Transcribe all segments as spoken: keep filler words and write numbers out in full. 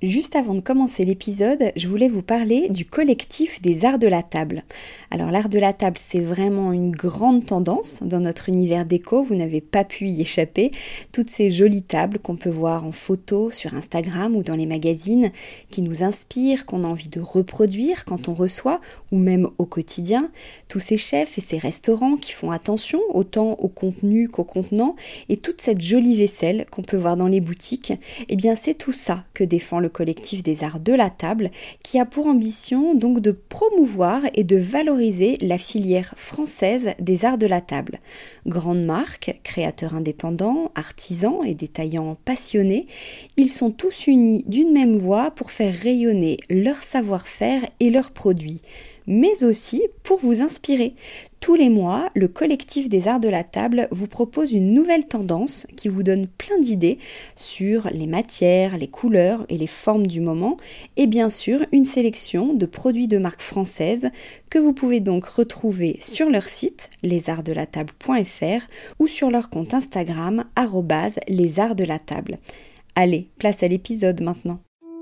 Juste avant de commencer l'épisode, je voulais vous parler du collectif des arts de la table. Alors l'art de la table, c'est vraiment une grande tendance dans notre univers déco, vous n'avez pas pu y échapper. Toutes ces jolies tables qu'on peut voir en photo sur Instagram ou dans les magazines, qui nous inspirent, qu'on a envie de reproduire quand on reçoit, ou même au quotidien. Tous ces chefs et ces restaurants qui font attention autant au contenu qu'au contenant, et toute cette jolie vaisselle qu'on peut voir dans les boutiques, eh bien c'est tout ça que défend le collectif des arts de la table, qui a pour ambition donc de promouvoir et de valoriser la filière française des arts de la table. Grandes marques, créateurs indépendants, artisans et détaillants passionnés, ils sont tous unis d'une même voix pour faire rayonner leur savoir-faire et leurs produits, mais aussi pour vous inspirer. Tous les mois, le collectif des arts de la table vous propose une nouvelle tendance qui vous donne plein d'idées sur les matières, les couleurs et les formes du moment, et bien sûr une sélection de produits de marque française que vous pouvez donc retrouver sur leur site les arts de la table point f r ou sur leur compte Instagram arobase les arts de la table. Allez, place à l'épisode maintenant.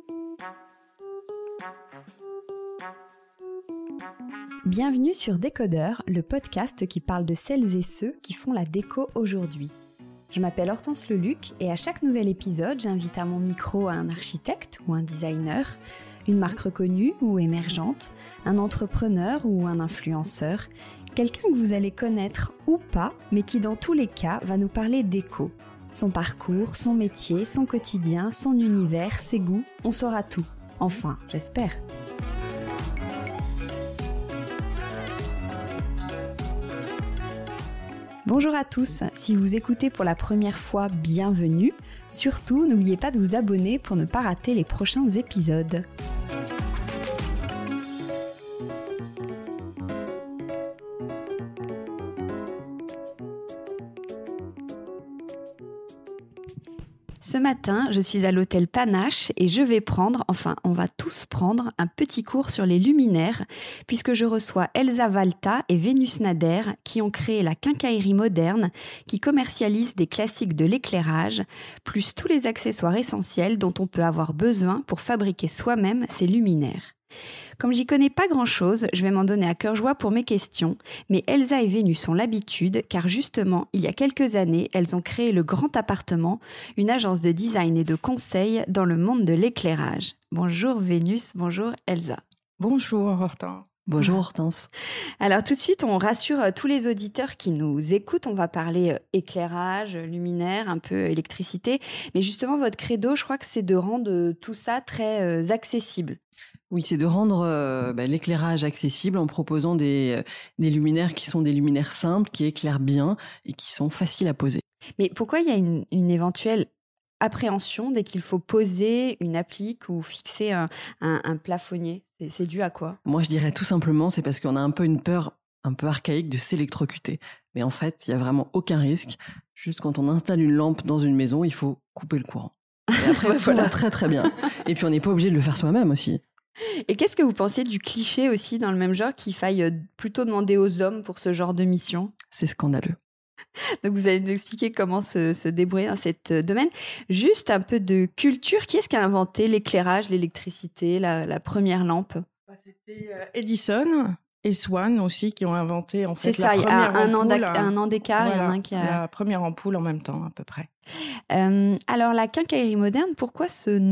Bienvenue sur Décodeur, le podcast qui parle de celles et ceux qui font la déco aujourd'hui. Je m'appelle Hortense Leluc et à chaque nouvel épisode, j'invite à mon micro un architecte ou un designer, une marque reconnue ou émergente, un entrepreneur ou un influenceur, quelqu'un que vous allez connaître ou pas, mais qui dans tous les cas va nous parler déco. Son parcours, son métier, son quotidien, son univers, ses goûts, on saura tout. Enfin, j'espère. Bonjour à tous, si vous écoutez pour la première fois, bienvenue. Surtout, n'oubliez pas de vous abonner pour ne pas rater les prochains épisodes. Ce matin, je suis à l'hôtel Panache et je vais prendre, enfin on va tous prendre, un petit cours sur les luminaires puisque je reçois Elsa Valta et Vénus Nader qui ont créé la quincaillerie moderne qui commercialise des classiques de l'éclairage, plus tous les accessoires essentiels dont on peut avoir besoin pour fabriquer soi-même ces luminaires. Comme j'y connais pas grand-chose, je vais m'en donner à cœur joie pour mes questions, mais Elsa et Vénus ont l'habitude, car justement, il y a quelques années, elles ont créé le Grand Appartement, une agence de design et de conseil dans le monde de l'éclairage. Bonjour Vénus, bonjour Elsa. Bonjour Hortense. Bonjour Hortense. Alors tout de suite, on rassure tous les auditeurs qui nous écoutent, on va parler éclairage, luminaire, un peu électricité, mais justement votre credo, je crois que c'est de rendre tout ça très euh, accessible. Oui, c'est de rendre euh, bah, l'éclairage accessible en proposant des, euh, des luminaires qui sont des luminaires simples, qui éclairent bien et qui sont faciles à poser. Mais pourquoi il y a une, une éventuelle appréhension dès qu'il faut poser une applique ou fixer un, un, un plafonnier ? c'est, c'est dû à quoi ? Moi, je dirais tout simplement, c'est parce qu'on a un peu une peur un peu archaïque de s'électrocuter. Mais en fait, il n'y a vraiment aucun risque. Juste quand on installe une lampe dans une maison, il faut couper le courant. Et après, tout voilà. va très très bien. Et puis, on n'est pas obligé de le faire soi-même aussi. Et qu'est-ce que vous pensez du cliché aussi dans le même genre qu'il faille plutôt demander aux hommes pour ce genre de mission ? C'est scandaleux. Donc vous allez nous expliquer comment se, se débrouiller dans cet domaine. Juste un peu de culture. Qui est-ce qui a inventé l'éclairage, l'électricité, la, la première lampe ? C'était Edison et Swan aussi qui ont inventé en fait C'est la ça, première un ampoule. An un an d'écart, voilà, il y en a un qui a... La première ampoule en même temps à peu près. Euh, alors la quincaillerie moderne, pourquoi ce nom ?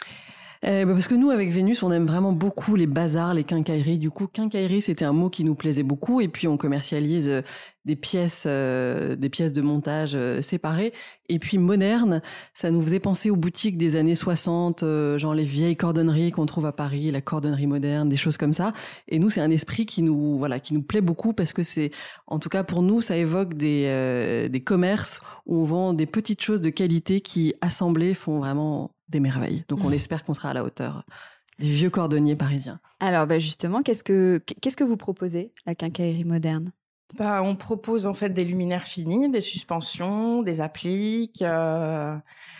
Euh, bah parce que nous, avec Vénus, on aime vraiment beaucoup les bazars, les quincailleries. Du coup, quincaillerie, c'était un mot qui nous plaisait beaucoup. Et puis, on commercialise euh, des pièces, euh, des pièces de montage euh, séparées. Et puis, moderne, ça nous faisait penser aux boutiques des années soixante, euh, genre les vieilles cordonneries qu'on trouve à Paris, la cordonnerie moderne, des choses comme ça. Et nous, c'est un esprit qui nous, voilà, qui nous plaît beaucoup parce que c'est, en tout cas pour nous, ça évoque des, euh, des commerces où on vend des petites choses de qualité qui, assemblées, font vraiment des merveilles. Donc, on espère qu'on sera à la hauteur des vieux cordonniers parisiens. Alors, bah justement, qu'est-ce que, qu'est-ce que vous proposez, la quincaillerie moderne ? Bah, on propose en fait des luminaires finis, des suspensions, des appliques, euh,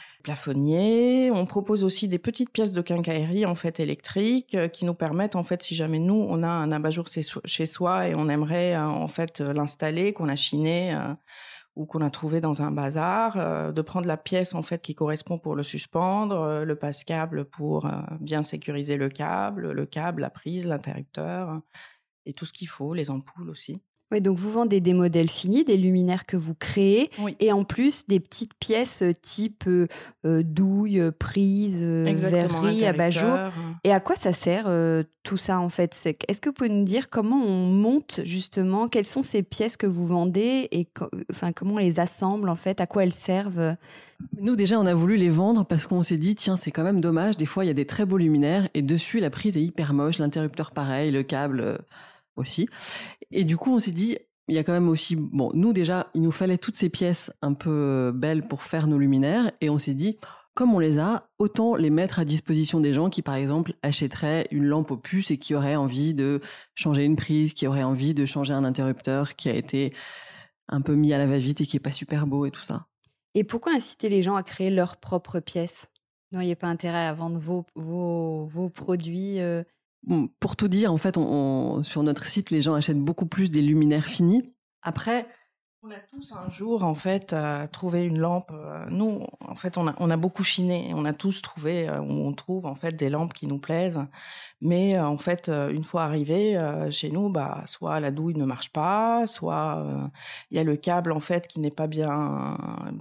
plafonniers. On propose aussi des petites pièces de quincaillerie en fait électriques euh, qui nous permettent en fait, si jamais nous on a un abat-jour chez soi et on aimerait euh, en fait l'installer, qu'on a chiné, euh, ou qu'on a trouvé dans un bazar, euh, de prendre la pièce en fait qui correspond pour le suspendre, euh, le passe-câble pour euh, bien sécuriser le câble, le câble, la prise, l'interrupteur et tout ce qu'il faut, les ampoules aussi. Oui, donc vous vendez des modèles finis, des luminaires que vous créez, Oui. et en plus des petites pièces euh, type euh, euh, douille, euh, prise, euh, Exactement, verrerie, abat-jour. interrupteur. Et à quoi ça sert euh, tout ça en fait? C'est- Est-ce que vous pouvez nous dire comment on monte justement? Quelles sont ces pièces que vous vendez et co- enfin, comment on les assemble en fait? À quoi elles servent? Nous, déjà, on a voulu les vendre parce qu'on s'est dit, tiens, c'est quand même dommage. Des fois, il y a des très beaux luminaires et dessus, la prise est hyper moche, l'interrupteur pareil, le câble euh, aussi. Et du coup, on s'est dit, il y a quand même aussi, bon, nous déjà, il nous fallait toutes ces pièces un peu belles pour faire nos luminaires. Et on s'est dit, comme on les a, autant les mettre à disposition des gens qui, par exemple, achèteraient une lampe aux puces et qui auraient envie de changer une prise, qui auraient envie de changer un interrupteur qui a été un peu mis à la va-vite et qui est pas super beau et tout ça. Et pourquoi inciter les gens à créer leurs propres pièces? Non, il n'y a pas intérêt à vendre vos, vos, vos produits euh, Bon, pour tout dire, en fait, on, on- sur notre site, les gens achètent beaucoup plus des luminaires finis. Après, On a tous un jour, en fait, euh, trouvé une lampe. euh, nous, en fait, on a, on a beaucoup chiné. On a tous trouvé, euh, on trouve, en fait, des lampes qui nous plaisent. Mais, euh, en fait, euh, une fois arrivé euh, chez nous, bah, soit la douille ne marche pas, soit euh, il y a le câble, en fait, qui n'est pas bien,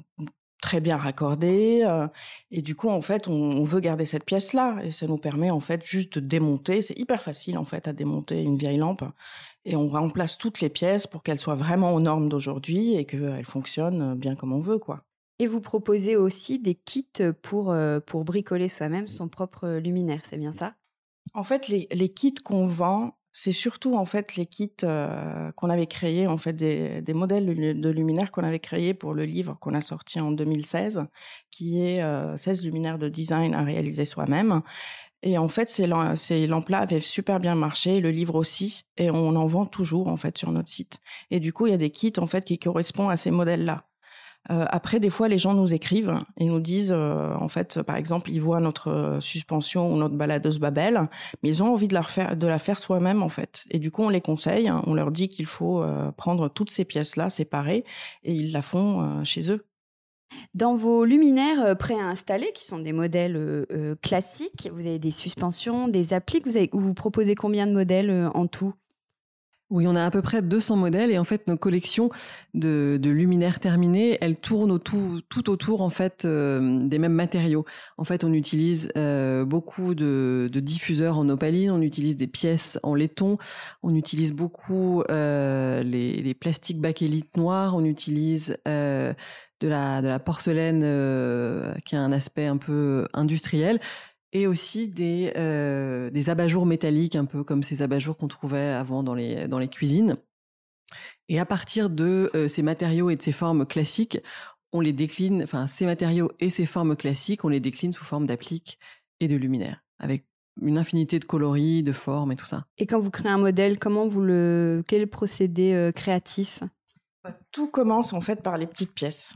très bien raccordé. euh, et du coup, en fait, on, on veut garder cette pièce-là. Et ça nous permet, en fait, juste de démonter. C'est hyper facile, en fait, à démonter une vieille lampe. Et on remplace toutes les pièces pour qu'elles soient vraiment aux normes d'aujourd'hui et qu'elles fonctionnent bien comme on veut, quoi. et vous proposez aussi des kits pour, euh, pour bricoler soi-même son propre luminaire, c'est bien ça? En fait, les, les kits qu'on vend, c'est surtout en fait les kits euh, qu'on avait créés, en fait des, des modèles de de luminaires qu'on avait créés pour le livre qu'on a sorti en deux mille seize, qui est euh, seize luminaires de design à réaliser soi-même. Et en fait, ces, lam- ces lampes-là avaient super bien marché, le livre aussi, et on en vend toujours en fait sur notre site. Et du coup, il y a des kits en fait qui correspondent à ces modèles-là. Euh, après, des fois, les gens nous écrivent et nous disent, euh, en fait, par exemple, ils voient notre euh, suspension ou notre baladeuse Babel, mais ils ont envie de la, refaire, de la faire soi-même, en fait. Et du coup, on les conseille, hein, on leur dit qu'il faut euh, prendre toutes ces pièces-là séparées et ils la font euh, chez eux. Dans vos luminaires euh, prêts à installer, qui sont des modèles euh, euh, classiques, vous avez des suspensions, des applis, vous, avez, vous proposez combien de modèles euh, en tout? oui, on a à peu près deux cents modèles et en fait, nos collections de, de luminaires terminés, elles tournent au tout, tout autour en fait euh, des mêmes matériaux. En fait, on utilise euh, beaucoup de, de diffuseurs en opaline, on utilise des pièces en laiton, on utilise beaucoup euh, les, les plastiques bakélite noirs, on utilise euh, de la, de la porcelaine euh, qui a un aspect un peu industriel. Et aussi des, euh, des abat-jours métalliques, un peu comme ces abat-jours qu'on trouvait avant dans les, dans les cuisines. Et à partir de euh, ces matériaux et de ces formes classiques, on les décline, enfin ces matériaux et ces formes classiques, on les décline sous forme d'appliques et de luminaires, avec une infinité de coloris, de formes et tout ça. Et quand vous créez un modèle, comment vous le, quel est le procédé euh, créatif? Tout commence en fait par les petites pièces.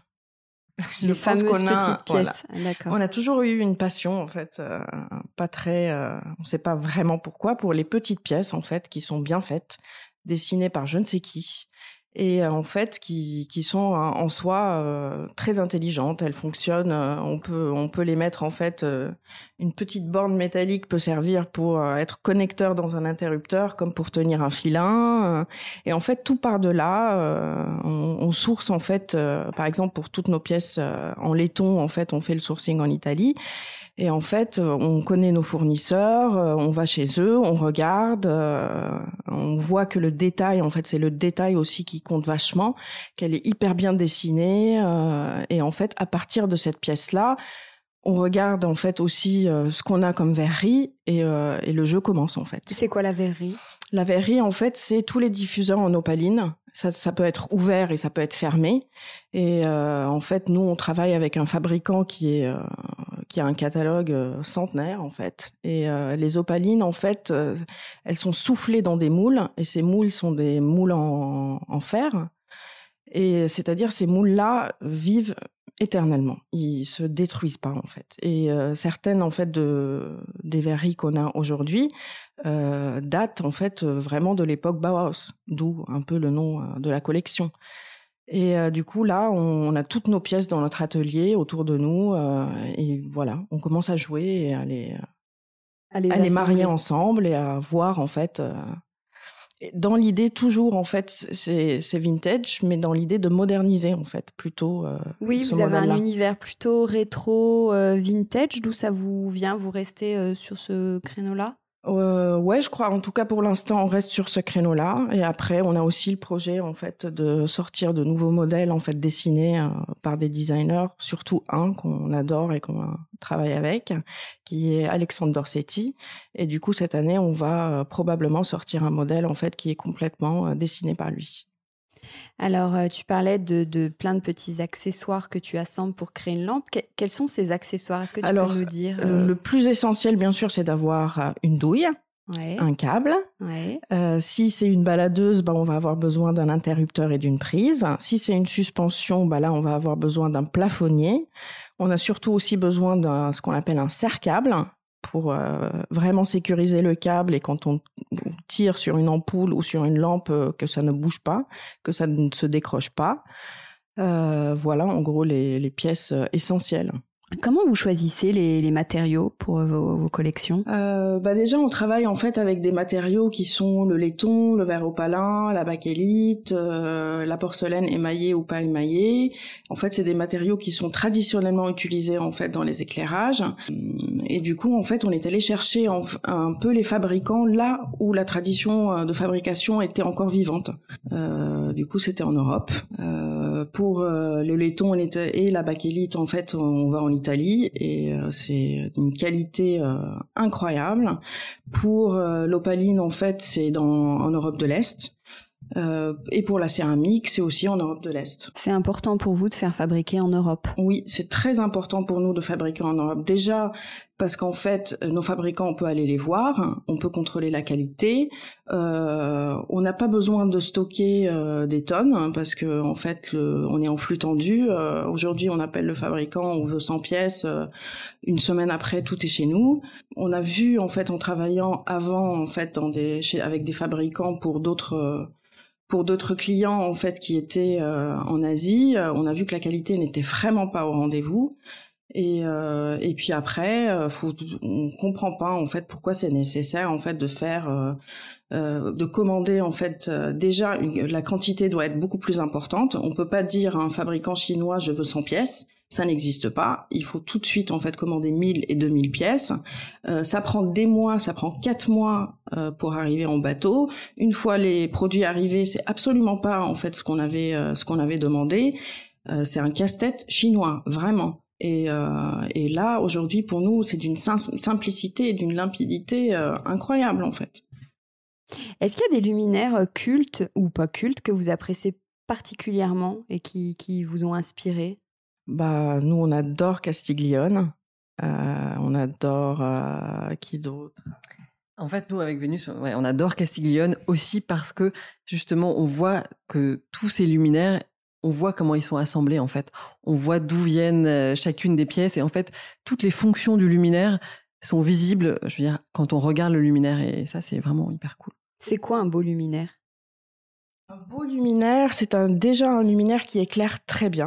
Je Les pense fameuses qu'on a- petites voilà. pièces. Ah, d'accord. On a toujours eu une passion, en fait, euh, pas très, euh, on ne sait pas vraiment pourquoi, pour les petites pièces, en fait, qui sont bien faites, dessinées par je ne sais qui, et euh, en fait, qui, qui sont euh, en soi euh, très intelligentes. Elles fonctionnent, euh, on peut, on peut les mettre, en fait, euh, une petite borne métallique peut servir pour euh, être connecteur dans un interrupteur, comme pour tenir un filin. euh, et en fait, tout part de là. euh, on, on source, en fait, euh, par exemple, pour toutes nos pièces euh, en laiton, en fait, on fait le sourcing en Italie. Et en fait, euh, on connaît nos fournisseurs, euh, on va chez eux, on regarde, euh, on voit que le détail, en fait, c'est le détail aussi qui compte vachement, qu'elle est hyper bien dessinée. euh, et en fait, à partir de cette pièce-là, on regarde en fait aussi euh, ce qu'on a comme verrerie et, euh, et le jeu commence en fait. C'est quoi la verrerie? La verrerie, en fait, c'est tous les diffuseurs en opaline. Ça, ça peut être ouvert et ça peut être fermé. Et euh, en fait, nous, on travaille avec un fabricant qui est euh, qui a un catalogue euh, centenaire, en fait. Et euh, les opalines, en fait, euh, elles sont soufflées dans des moules. Et ces moules sont des moules en, en fer. Et c'est-à-dire, ces moules-là vivent éternellement. Ils se détruisent pas, en fait. Et euh, certaines, en fait, de, des verreries qu'on a aujourd'hui euh, datent, en fait, vraiment de l'époque Bauhaus, d'où un peu le nom euh, de la collection. Et euh, du coup, là, on, on a toutes nos pièces dans notre atelier autour de nous. Euh, et voilà, on commence à jouer et à les, à les, à les marier ensemble et à voir, en fait... Euh, dans l'idée, toujours, en fait, c'est, c'est vintage, mais dans l'idée de moderniser, en fait, plutôt euh, Oui, ce vous avez modèle-là. un univers plutôt rétro, euh, vintage. D'où ça vous vient? Vous restez euh, sur ce créneau-là? Euh, ouais, je crois. En tout cas, pour l'instant, on reste sur ce créneau-là. Et après, on a aussi le projet, en fait, de sortir de nouveaux modèles, en fait, dessinés euh, par des designers. Surtout un qu'on adore et qu'on travaille avec, qui est Alexandre Dorsetti. Et du coup, cette année, on va euh, probablement sortir un modèle, en fait, qui est complètement euh, dessiné par lui. Alors, euh, tu parlais de, de plein de petits accessoires que tu assembles pour créer une lampe. Que- quels sont ces accessoires? Est-ce que tu Alors, peux nous dire euh... le plus essentiel, bien sûr, c'est d'avoir une douille, ouais. un câble. Ouais. Euh, si c'est une baladeuse, bah, on va avoir besoin d'un interrupteur et d'une prise. Si c'est une suspension, bah, là, on va avoir besoin d'un plafonnier. On a surtout aussi besoin d'un ce qu'on appelle un serre-câble pour euh, vraiment sécuriser le câble et quand on tire sur une ampoule ou sur une lampe, euh, que ça ne bouge pas, que ça ne se décroche pas. Euh, voilà, en gros, les, les pièces essentielles. Comment vous choisissez les, les matériaux pour vos, vos collections? euh, bah Déjà, on travaille en fait avec des matériaux qui sont le laiton, le verre opalin, la bakélite, euh, la porcelaine émaillée ou pas émaillée. En fait, c'est des matériaux qui sont traditionnellement utilisés en fait dans les éclairages. Et du coup, en fait, on est allé chercher en, un peu les fabricants là où la tradition de fabrication était encore vivante. Euh, du coup, c'était en Europe. Euh, pour euh, le laiton et la bakélite, en fait, on va en Italie et euh, c'est d'une qualité euh, incroyable. Pour euh, l'opaline, en fait, c'est dans en Europe de l'Est. Euh, et pour la céramique, c'est aussi en Europe de l'Est. C'est important pour vous de faire fabriquer en Europe? Oui, c'est très important pour nous de fabriquer en Europe. Déjà parce qu'en fait, nos fabricants, on peut aller les voir, on peut contrôler la qualité. Euh, on n'a pas besoin de stocker euh, des tonnes hein, parce que en fait, le, on est en flux tendu. Euh, aujourd'hui, on appelle le fabricant, on veut cent pièces. Euh, une semaine après, tout est chez nous. On a vu en fait en travaillant avant en fait dans des chez, avec des fabricants pour d'autres. Euh, Pour d'autres clients en fait qui étaient euh, en Asie, euh, on a vu que la qualité n'était vraiment pas au rendez-vous. Et, euh, et puis après, euh, faut, on comprend pas en fait pourquoi c'est nécessaire en fait de faire, euh, euh, de commander en fait euh, déjà une, la quantité doit être beaucoup plus importante. On peut pas dire à un fabricant chinois je veux cent pièces. Ça n'existe pas. Il faut tout de suite en fait commander mille et deux mille pièces. Euh, ça prend des mois, ça prend quatre mois euh, pour arriver en bateau. Une fois les produits arrivés, c'est absolument pas en fait ce qu'on avait euh, ce qu'on avait demandé. Euh, c'est un casse-tête chinois, vraiment. Et, euh, et là aujourd'hui pour nous, c'est d'une sim- simplicité et d'une limpidité euh, incroyable en fait. Est-ce qu'il y a des luminaires cultes ou pas cultes que vous appréciez particulièrement et qui, qui vous ont inspiré? Bah, nous, on adore Castiglione. Euh, on adore... Euh, qui d'autre? En fait, nous, avec Vénus, ouais, on adore Castiglione aussi parce que, justement, on voit que tous ces luminaires, on voit comment ils sont assemblés, en fait. On voit d'où viennent chacune des pièces. Et en fait, toutes les fonctions du luminaire sont visibles, je veux dire, quand on regarde le luminaire. Et ça, c'est vraiment hyper cool. C'est quoi un beau luminaire? Un beau luminaire, c'est un, déjà un luminaire qui éclaire très bien.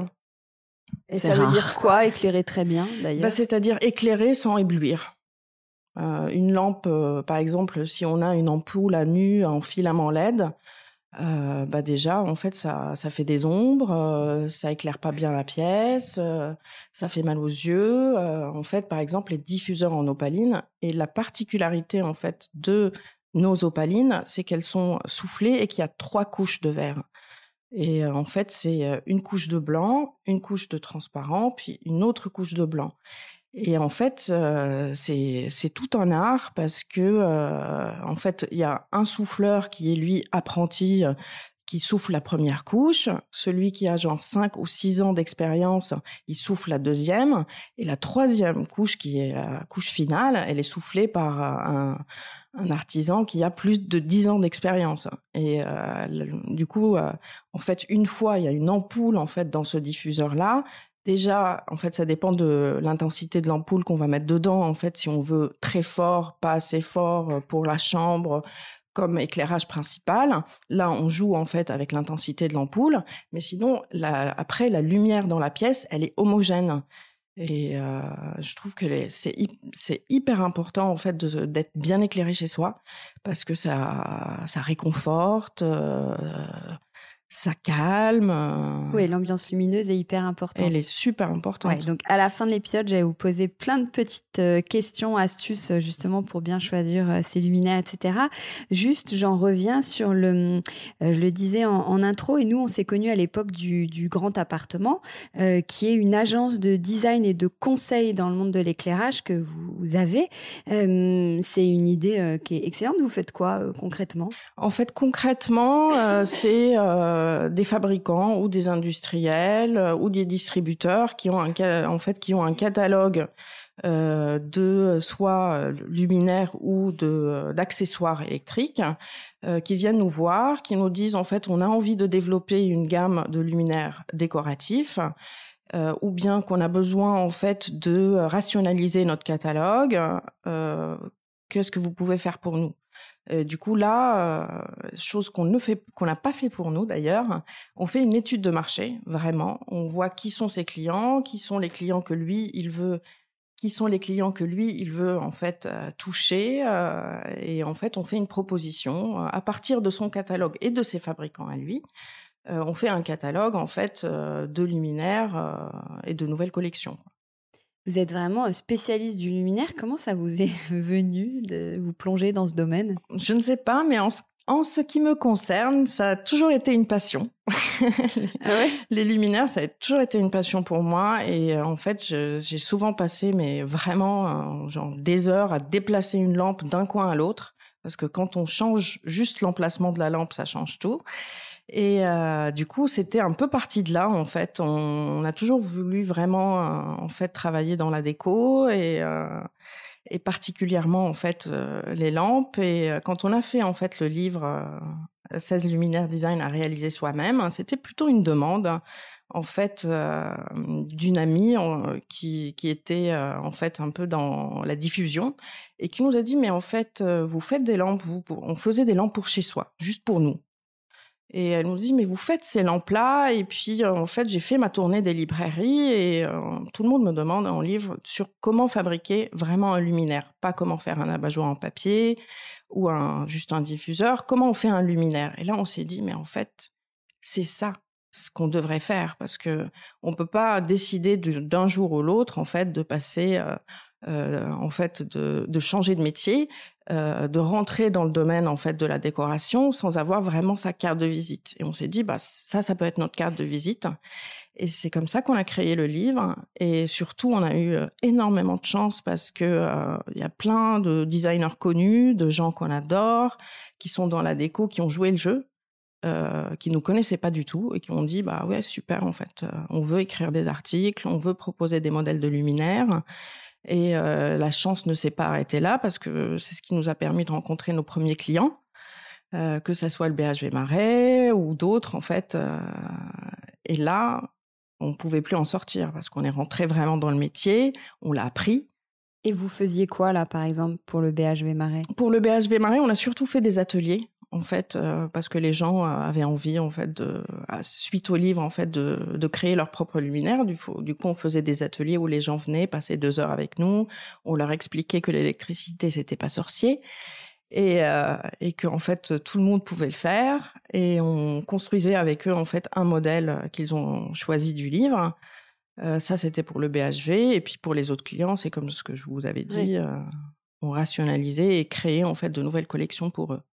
Et c'est ça rare. veut dire quoi, éclairer très bien, d'ailleurs? Bah, c'est-à-dire éclairer sans éblouir. Euh, une lampe, euh, par exemple, si on a une ampoule à nu en filament L E D, euh, bah déjà, en fait, ça, ça fait des ombres, euh, ça éclaire pas bien la pièce, euh, ça fait mal aux yeux. Euh, en fait, par exemple, les diffuseurs en opaline, et la particularité, en fait, de nos opalines, c'est qu'elles sont soufflées et qu'il y a trois couches de verre. Et euh, en fait, c'est une couche de blanc, une couche de transparent, puis une autre couche de blanc. Et en fait, euh, c'est c'est tout un art parce que euh, en fait, il y a un souffleur qui est lui apprenti, euh, qui souffle la première couche. Celui qui a genre cinq ou six ans d'expérience, il souffle la deuxième. Et la troisième couche, qui est la couche finale, elle est soufflée par un, un artisan qui a plus de dix ans d'expérience. Et euh, le, du coup, euh, en fait, une fois, il y a une ampoule en fait dans ce diffuseur-là. Déjà, en fait, ça dépend de l'intensité de l'ampoule qu'on va mettre dedans. En fait, si on veut très fort, pas assez fort pour la chambre, comme éclairage principal. Là, on joue en fait avec l'intensité de l'ampoule, mais sinon, la, après, la lumière dans la pièce, elle est homogène. Et euh, je trouve que les, c'est, c'est hyper important en fait de, d'être bien éclairé chez soi, parce que ça, ça réconforte, euh, ça calme. Oui, l'ambiance lumineuse est hyper importante. Elle est super importante. Ouais, donc à la fin de l'épisode, j'allais vous poser plein de petites euh, questions, astuces, justement pour bien choisir euh, ces luminaires, et cetera. Juste, j'en reviens sur le, euh, je le disais en, en intro, et nous, on s'est connus à l'époque du, du Grand Appartement, euh, qui est une agence de design et de conseil dans le monde de l'éclairage que vous, vous avez. Euh, c'est une idée euh, qui est excellente. Vous faites quoi euh, concrètement ? En fait, concrètement, euh, c'est euh, des fabricants ou des industriels euh, ou des distributeurs qui ont un, en fait, qui ont un catalogue euh, de soit luminaires ou de d'accessoires électriques euh, qui viennent nous voir, qui nous disent en fait on a envie de développer une gamme de luminaires décoratifs. Euh, ou bien qu'on a besoin en fait de rationaliser notre catalogue. Euh, qu'est-ce que vous pouvez faire pour nous ? Euh, du coup, là, euh, chose qu'on ne fait, qu'on n'a pas fait pour nous d'ailleurs, on fait une étude de marché, vraiment. On voit qui sont ses clients, qui sont les clients que lui, il veut, qui sont les clients que lui, il veut en fait euh, toucher. Euh, et en fait, on fait une proposition euh, à partir de son catalogue et de ses fabricants à lui. Euh, on fait un catalogue en fait euh, de luminaires euh, et de nouvelles collections. Vous êtes vraiment spécialiste du luminaire. Comment ça vous est venu de vous plonger dans ce domaine ? Je ne sais pas, mais en, en ce qui me concerne, ça a toujours été une passion. les, ah ouais les luminaires, ça a toujours été une passion pour moi. Et euh, en fait, je, j'ai souvent passé, mais vraiment, euh, genre des heures à déplacer une lampe d'un coin à l'autre. Parce que quand on change juste l'emplacement de la lampe, ça change tout. Et euh, du coup, c'était un peu parti de là, en fait. On, on a toujours voulu vraiment, euh, en fait, travailler dans la déco et, euh, et particulièrement, en fait, euh, les lampes. Et euh, quand on a fait, en fait, le livre euh, seize luminaires design à réaliser soi-même, c'était plutôt une demande, en fait, euh, d'une amie euh, qui, qui était, euh, en fait, un peu dans la diffusion et qui nous a dit, mais en fait, euh, vous faites des lampes, vous, pour... on faisait des lampes pour chez soi, juste pour nous. Et elle nous dit, mais vous faites ces lampes-là. Et puis, euh, en fait, j'ai fait ma tournée des librairies et euh, tout le monde me demande un livre sur comment fabriquer vraiment un luminaire. Pas comment faire un abat-jour en papier ou un, juste un diffuseur. Comment on fait un luminaire. Et là, on s'est dit, mais en fait, c'est ça ce qu'on devrait faire. Parce que on peut pas décider de, d'un jour ou l'autre, en fait, de passer... Euh, Euh, en fait, de, de changer de métier, euh, de rentrer dans le domaine en fait de la décoration sans avoir vraiment sa carte de visite. Et on s'est dit, bah ça, ça peut être notre carte de visite. Et c'est comme ça qu'on a créé le livre. Et surtout, on a eu énormément de chance parce que euh, il y a plein de designers connus, de gens qu'on adore, qui sont dans la déco, qui ont joué le jeu. Euh, qui nous connaissaient pas du tout et qui ont dit bah ouais super en fait, euh, on veut écrire des articles, on veut proposer des modèles de luminaires. Et euh, la chance ne s'est pas arrêtée là parce que c'est ce qui nous a permis de rencontrer nos premiers clients, euh, que ça soit le B H V Marais ou d'autres en fait. Euh, et là, on pouvait plus en sortir parce qu'on est rentré vraiment dans le métier, on l'a appris. Et vous faisiez quoi là, par exemple, pour le B H V Marais ? Pour le B H V Marais, on a surtout fait des ateliers. En fait, euh, parce que les gens avaient envie, en fait, de, suite au livre, en fait, de, de créer leur propre luminaire. Du, du coup, on faisait des ateliers où les gens venaient passer deux heures avec nous. On leur expliquait que l'électricité, c'était pas sorcier. Et, euh, et que, en fait, tout le monde pouvait le faire. Et on construisait avec eux, en fait, un modèle qu'ils ont choisi du livre. Euh, ça, c'était pour le B H V. Et puis, pour les autres clients, c'est comme ce que je vous avais dit. Oui. Euh, on rationalisait et créait, en fait, de nouvelles collections pour eux.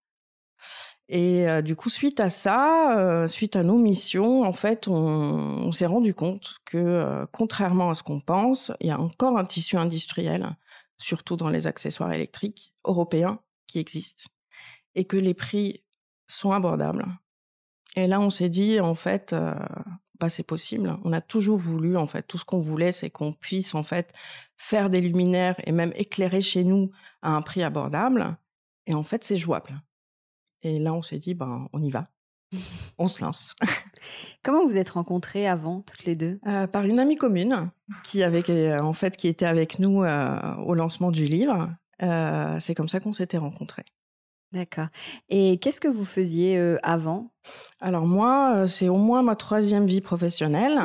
Et euh, du coup, suite à ça, euh, suite à nos missions, en fait, on, on s'est rendu compte que, euh, contrairement à ce qu'on pense, il y a encore un tissu industriel, surtout dans les accessoires électriques européens, qui existe, et que les prix sont abordables. Et là, on s'est dit, en fait, euh, bah, c'est possible. On a toujours voulu, en fait, tout ce qu'on voulait, c'est qu'on puisse, en fait, faire des luminaires et même éclairer chez nous à un prix abordable. Et en fait, c'est jouable. Et là, on s'est dit, ben, on y va. On se lance. Comment vous êtes rencontrées avant, toutes les deux ? euh, Par une amie commune qui, avait, en fait, qui était avec nous euh, au lancement du livre. Euh, c'est comme ça qu'on s'était rencontrés. D'accord. Et qu'est-ce que vous faisiez euh, avant? Alors moi, euh, c'est au moins ma troisième vie professionnelle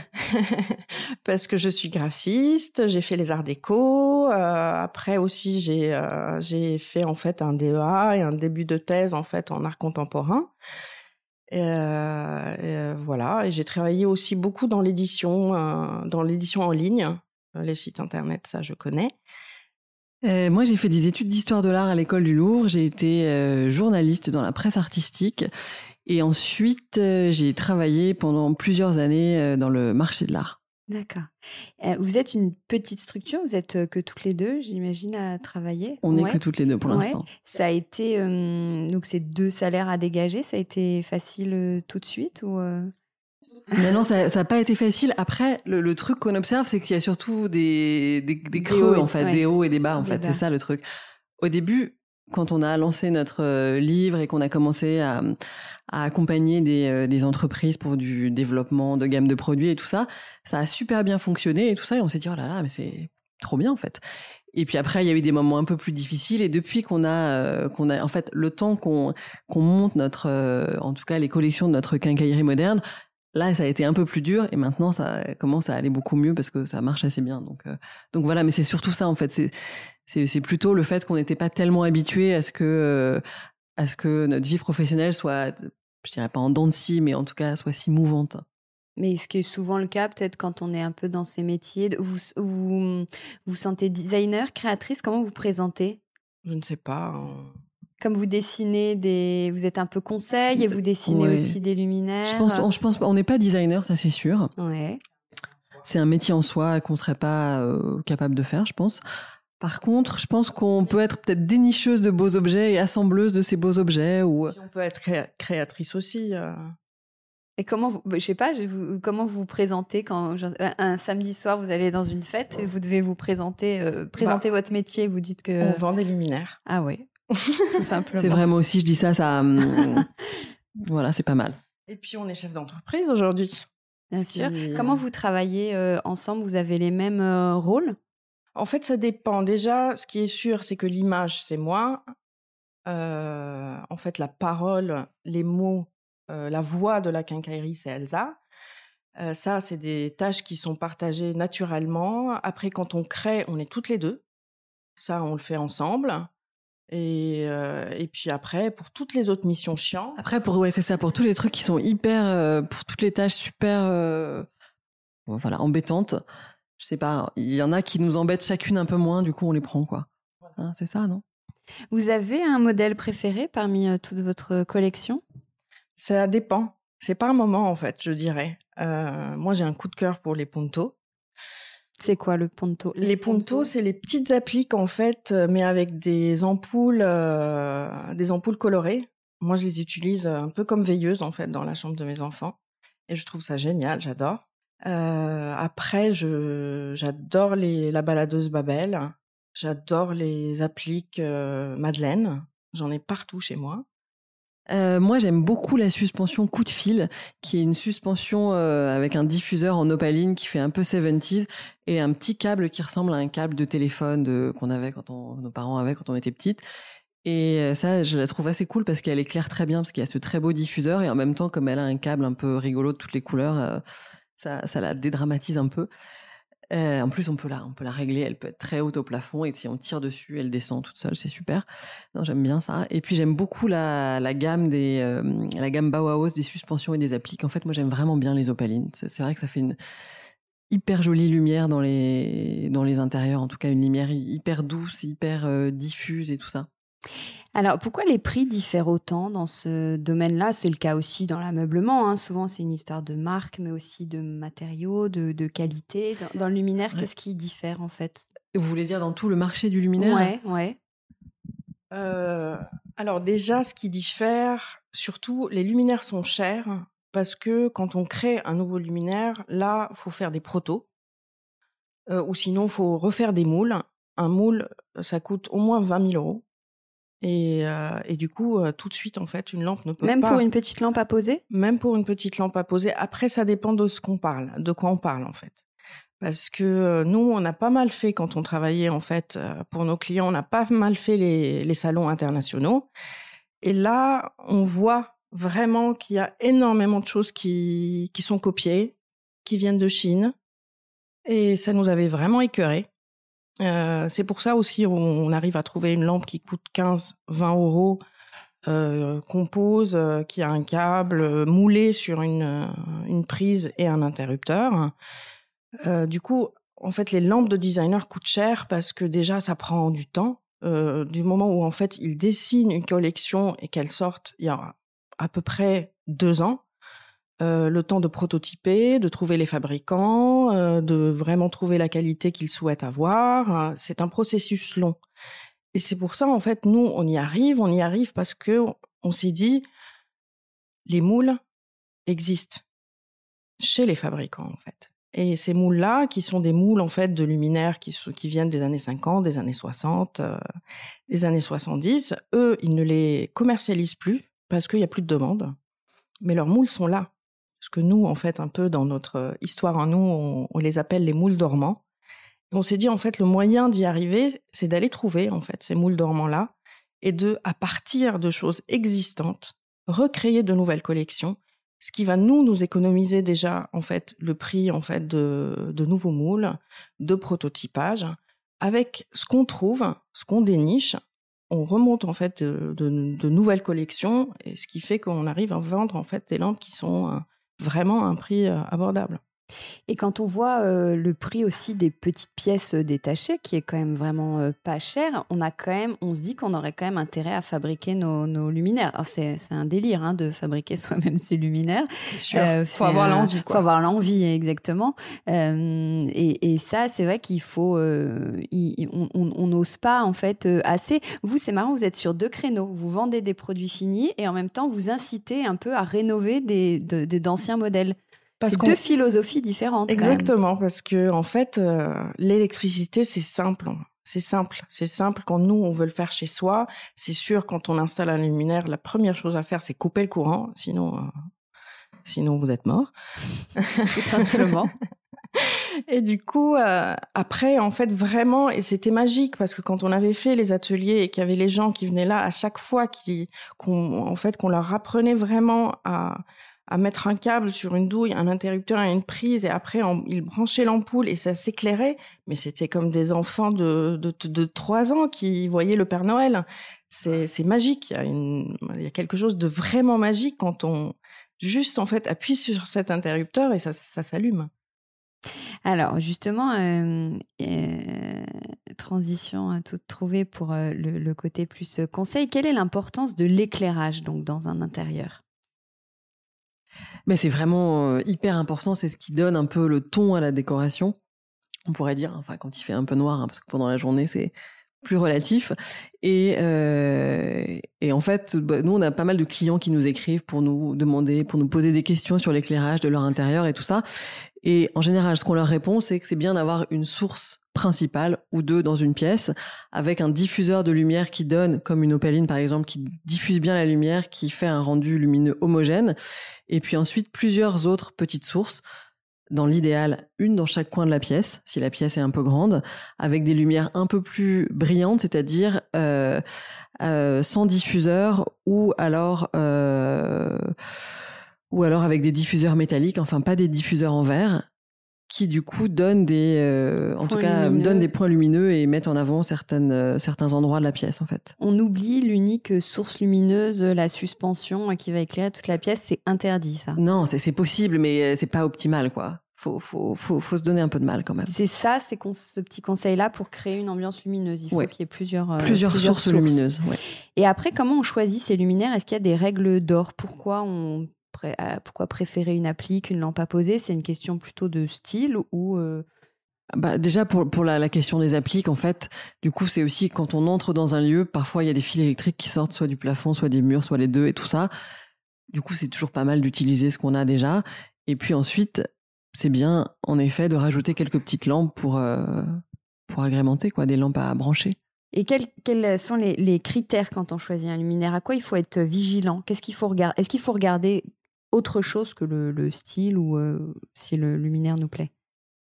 parce que je suis graphiste, j'ai fait les arts déco. Euh, après aussi, j'ai euh, j'ai fait en fait un D E A et un début de thèse en fait en art contemporain. Et, euh, et, euh, voilà. Et j'ai travaillé aussi beaucoup dans l'édition, euh, dans l'édition en ligne, les sites internet, ça je connais. Euh, moi, j'ai fait des études d'histoire de l'art à l'école du Louvre. J'ai été euh, journaliste dans la presse artistique. Et ensuite, euh, j'ai travaillé pendant plusieurs années euh, dans le marché de l'art. D'accord. Euh, vous êtes une petite structure, vous êtes euh, que toutes les deux, j'imagine, à travailler. On n'est Ouais. que toutes les deux pour Ouais. l'instant. Ça a été, euh, donc c'est deux salaires à dégager, ça a été facile euh, tout de suite ou euh... Non, non, ça n'a pas été facile. Après, le, le truc qu'on observe, c'est qu'il y a surtout des, des, des Des creux, hauts et- en fait, ouais. des hauts et des bas, en Des fait. bas. C'est ça le truc. Au début, quand on a lancé notre euh, livre et qu'on a commencé à, à accompagner des, euh, des entreprises pour du développement de gamme de produits et tout ça, ça a super bien fonctionné et tout ça. Et on s'est dit, oh là là, mais c'est trop bien, en fait. Et puis après, il y a eu des moments un peu plus difficiles. Et depuis qu'on a, euh, qu'on a, en fait, le temps qu'on, qu'on monte notre, euh, en tout cas, les collections de notre quincaillerie moderne, là, ça a été un peu plus dur et maintenant, ça commence à aller beaucoup mieux parce que ça marche assez bien. Donc, euh, donc voilà, mais c'est surtout ça, en fait. C'est, c'est, c'est plutôt le fait qu'on n'était pas tellement habitué à ce que, euh, à ce que notre vie professionnelle soit, je dirais pas en dents de scie, mais en tout cas, soit si mouvante. Mais ce qui est souvent le cas, peut-être quand on est un peu dans ces métiers, de- vous vous vous sentez designer, créatrice, comment vous vous présentez? Je ne sais pas. hein. Comme vous dessinez des, vous êtes un peu conseil et vous dessinez Ouais. aussi des luminaires. Je pense, je pense, on n'est pas designer, ça c'est sûr. Ouais. C'est un métier en soi qu'on serait pas euh, capable de faire, je pense. Par contre, je pense qu'on peut être peut-être dénicheuse de beaux objets et assembleuse de ces beaux objets. Ou Puis on peut être créa- créatrice aussi. euh. Et comment vous, je sais pas, je vous- comment vous vous présentez quand genre, un, un samedi soir vous allez dans une fête et vous devez vous présenter, euh, présenter votre métier, vous dites que On vend des luminaires. ah ouais, tout simplement. c'est vrai, moi aussi, je dis ça, ça. hum, voilà, c'est pas mal. Et puis on est chef d'entreprise aujourd'hui. Bien Ce sûr. qui- Comment vous travaillez euh, ensemble? Vous avez les mêmes euh, rôles? En fait, ça dépend. Déjà, ce qui est sûr, c'est que l'image, c'est moi. Euh, en fait, la parole, les mots, euh, la voix de la quincaillerie, c'est Elsa. Euh, ça, c'est des tâches qui sont partagées naturellement. Après, quand on crée, on est toutes les deux. Ça, on le fait ensemble. Et, euh, et puis après, pour toutes les autres missions chiantes, Après, pour ouais, c'est ça, pour tous les trucs qui sont hyper, euh, pour toutes les tâches super, euh, bon, voilà, embêtantes. Je sais pas, il y en a qui nous embêtent chacune un peu moins, du coup, on les prend, quoi. Hein, c'est ça, non? Vous avez un modèle préféré parmi euh, toute votre collection? ça dépend. C'est par moment, en fait, je dirais. Euh, moi, j'ai un coup de cœur pour les puntos. C'est quoi le ponto? Les puntos, c'est les petites appliques, en fait, euh, mais avec des ampoules, euh, des ampoules colorées. Moi, je les utilise un peu comme veilleuse, en fait, dans la chambre de mes enfants. Et je trouve ça génial, j'adore. Euh, après, je, j'adore les, la baladeuse Babel. J'adore les appliques euh, Madeleine. J'en ai partout chez moi. Euh, moi, j'aime beaucoup la suspension coup de fil, qui est une suspension euh, avec un diffuseur en opaline qui fait un peu soixante-dix et un petit câble qui ressemble à un câble de téléphone de, qu'on avait quand on, nos parents avaient quand on était petites. Et euh, ça, je la trouve assez cool parce qu'elle éclaire très bien, parce qu'il y a ce très beau diffuseur et en même temps, comme elle a un câble un peu rigolo de toutes les couleurs, euh, ça, ça la dédramatise un peu. Euh, en plus, on peut la, on peut la régler. Elle peut être très haute au plafond et si on tire dessus, elle descend toute seule. C'est super. Non, j'aime bien ça. Et puis j'aime beaucoup la, la gamme des, euh, la gamme Bauhaus des suspensions et des appliques. En fait, moi, j'aime vraiment bien les opalines. C'est, c'est vrai que ça fait une hyper jolie lumière dans les, dans les intérieurs. En tout cas, une lumière hyper douce, hyper euh, diffuse et tout ça. Alors, pourquoi les prix diffèrent autant dans ce domaine-là? C'est le cas aussi dans l'ameublement. Hein. Souvent, c'est une histoire de marque, mais aussi de matériaux, de, de qualité. Dans, dans le luminaire, Ouais. qu'est-ce qui diffère en fait? Vous voulez dire dans tout le marché du luminaire? Ouais, ouais. Euh, alors déjà, ce qui diffère, surtout, les luminaires sont chers parce que quand on crée un nouveau luminaire, là, faut faire des protos. Euh, ou sinon, faut refaire des moules. Un moule, ça coûte au moins vingt mille euros. Et, euh, et du coup, euh, tout de suite, en fait, une lampe ne peut Même pas... pour une petite lampe à poser? Même pour une petite lampe à poser. Après, ça dépend de ce qu'on parle, de quoi on parle, en fait. Parce que nous, on a pas mal fait, quand on travaillait en fait pour nos clients, on a pas mal fait les, les salons internationaux. Et là, on voit vraiment qu'il y a énormément de choses qui, qui sont copiées, qui viennent de Chine. Et ça nous avait vraiment écœurés. Euh, c'est pour ça aussi on arrive à trouver une lampe qui coûte quinze à vingt euros, euh, qu'on pose, euh, qui a un câble moulé sur une, une prise et un interrupteur. Euh, du coup, en fait, les lampes de designer coûtent cher parce que déjà, ça prend du temps. Euh, du moment où, en fait, ils dessinent une collection et qu'elle sorte, il y a à peu près deux ans. Euh, le temps de prototyper, de trouver les fabricants, euh, de vraiment trouver la qualité qu'ils souhaitent avoir. C'est un processus long. Et c'est pour ça, en fait, nous, on y arrive, on y arrive parce que on s'est dit, les moules existent chez les fabricants, en fait. Et ces moules-là, qui sont des moules, en fait, de luminaires qui, qui viennent des années cinquante, des années soixante, euh, des années soixante-dix, eux, ils ne les commercialisent plus parce qu'il n'y a plus de demande. Mais leurs moules sont là. Parce que nous, en fait, un peu dans notre histoire en nous, on, on les appelle les moules dormants. Et on s'est dit, en fait, le moyen d'y arriver, c'est d'aller trouver, en fait, ces moules dormants-là et de, à partir de choses existantes, recréer de nouvelles collections, ce qui va nous, nous économiser déjà, en fait, le prix, en fait, de, de nouveaux moules, de prototypage. Avec ce qu'on trouve, ce qu'on déniche, on remonte, en fait, de, de, de nouvelles collections, et ce qui fait qu'on arrive à vendre, en fait, des lampes qui sont euh, vraiment à un prix euh, abordable. Et quand on voit euh, le prix aussi des petites pièces détachées, qui est quand même vraiment euh, pas cher, on a quand même, on se dit qu'on aurait quand même intérêt à fabriquer nos, nos luminaires. Alors c'est, c'est un délire hein, de fabriquer soi-même ses luminaires. C'est sûr. Euh, faut avoir un, l'envie. Quoi. Faut avoir l'envie, exactement. Euh, et, et ça, c'est vrai qu'il faut, euh, il, on n'ose pas en fait euh, assez. Vous, c'est marrant, vous êtes sur deux créneaux. Vous vendez des produits finis et en même temps, vous incitez un peu à rénover des, de, de, d'anciens modèles. Parce c'est deux philosophies différentes. Exactement, parce que en fait, euh, l'électricité, c'est simple. C'est simple. C'est simple quand nous, on veut le faire chez soi. C'est sûr, quand on installe un luminaire, la première chose à faire, c'est couper le courant. Sinon, euh, sinon vous êtes mort. Tout simplement. Et du coup, euh, après, en fait, vraiment, et c'était magique parce que quand on avait fait les ateliers et qu'il y avait les gens qui venaient là, à chaque fois qui, qu'on, en fait, qu'on leur apprenait vraiment à à mettre un câble sur une douille, un interrupteur et une prise, et après, on, ils branchaient l'ampoule et ça s'éclairait. Mais c'était comme des enfants de, de, de, de trois ans qui voyaient le Père Noël. C'est, c'est magique. Il y a une, il y a quelque chose de vraiment magique quand on juste, en fait, appuie sur cet interrupteur et ça, ça s'allume. Alors, justement, euh, euh, transition toute trouvée pour euh, le, le côté plus euh, conseil. Quelle est l'importance de l'éclairage, donc, dans un intérieur ? Mais c'est vraiment hyper important, c'est ce qui donne un peu le ton à la décoration, on pourrait dire, enfin quand il fait un peu noir, hein, parce que pendant la journée c'est plus relatif. Et, euh, et en fait, bah, nous on a pas mal de clients qui nous écrivent pour nous demander, pour nous poser des questions sur l'éclairage de leur intérieur et tout ça. Et en général, ce qu'on leur répond, c'est que c'est bien d'avoir une source principale ou deux dans une pièce, avec un diffuseur de lumière qui donne, comme une opaline par exemple, qui diffuse bien la lumière, qui fait un rendu lumineux homogène, et puis ensuite plusieurs autres petites sources, dans l'idéal, une dans chaque coin de la pièce, si la pièce est un peu grande, avec des lumières un peu plus brillantes, c'est-à-dire euh, euh, sans diffuseur, ou alors... Euh, ou alors avec des diffuseurs métalliques, enfin pas des diffuseurs en verre, qui du coup donnent des, euh, en tout cas, lumineux. donnent des points lumineux et mettent en avant certaines, euh, certains endroits de la pièce en fait. On oublie l'unique source lumineuse, la suspension qui va éclairer toute la pièce, c'est interdit ça. Non, c'est, c'est possible, mais c'est pas optimal quoi. Faut, faut, faut, faut se donner un peu de mal quand même. C'est ça, c'est con- ce petit conseil-là pour créer une ambiance lumineuse. Il faut ouais. qu'il y ait plusieurs, euh, plusieurs, plusieurs sources, sources lumineuses. Ouais. Et après, comment on choisit ces luminaires ? Est-ce qu'il y a des règles d'or ? Pourquoi on Pourquoi préférer une appli qu'une lampe à poser ? C'est une question plutôt de style ou... Euh... Bah déjà, pour, pour la, la question des appliques, en fait, du coup, c'est aussi quand on entre dans un lieu, parfois il y a des fils électriques qui sortent soit du plafond, soit des murs, soit les deux et tout ça. Du coup, c'est toujours pas mal d'utiliser ce qu'on a déjà. Et puis ensuite, c'est bien, en effet, de rajouter quelques petites lampes pour, euh, pour agrémenter, quoi, des lampes à brancher. Et quels, quels sont les, les critères quand on choisit un luminaire ? À quoi il faut être vigilant ? Qu'est-ce qu'il faut regarder ? Est-ce qu'il faut regarder autre chose que le, le style ou euh, si le luminaire nous plaît ?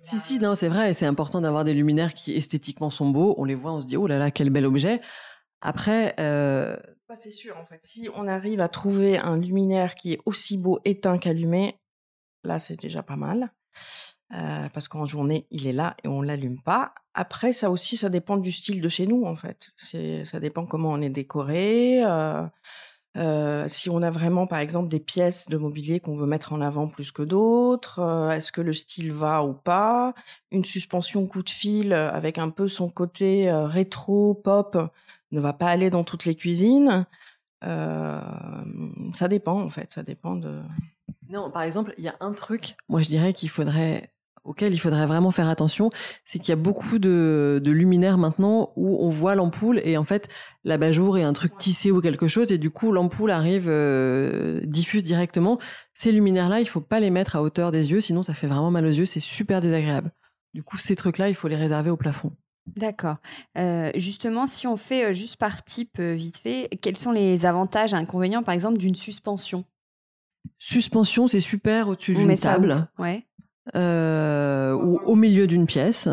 Si, si, non, c'est vrai, et c'est important d'avoir des luminaires qui esthétiquement sont beaux. On les voit, on se dit, oh là là, quel bel objet. Après, euh... bah, c'est sûr, en fait. Si on arrive à trouver un luminaire qui est aussi beau éteint qu'allumé, là, c'est déjà pas mal. Euh, parce qu'en journée, il est là et on l'allume pas. Après, ça aussi, ça dépend du style de chez nous, en fait. C'est, ça dépend comment on est décoré. Euh, euh, si on a vraiment, par exemple, des pièces de mobilier qu'on veut mettre en avant plus que d'autres, euh, est-ce que le style va ou pas? Une suspension coup de fil avec un peu son côté euh, rétro, pop, ne va pas aller dans toutes les cuisines. Euh, ça dépend, en fait. Ça dépend de... Non, par exemple, il y a un truc, moi je dirais qu'il faudrait, auquel il faudrait vraiment faire attention, c'est qu'il y a beaucoup de, de luminaires maintenant où on voit l'ampoule et en fait l'abat-jour est un truc tissé ou quelque chose et du coup l'ampoule arrive, euh, diffuse directement. Ces luminaires-là, il faut pas les mettre à hauteur des yeux, sinon ça fait vraiment mal aux yeux, c'est super désagréable. Du coup, ces trucs-là, il faut les réserver au plafond. D'accord. Euh, justement, si on fait euh, juste par type, euh, vite fait, quels sont les avantages et inconvénients, par exemple, d'une suspension? Suspension, c'est super au-dessus On d'une met ça où? table Ouais. euh, ou au milieu d'une pièce.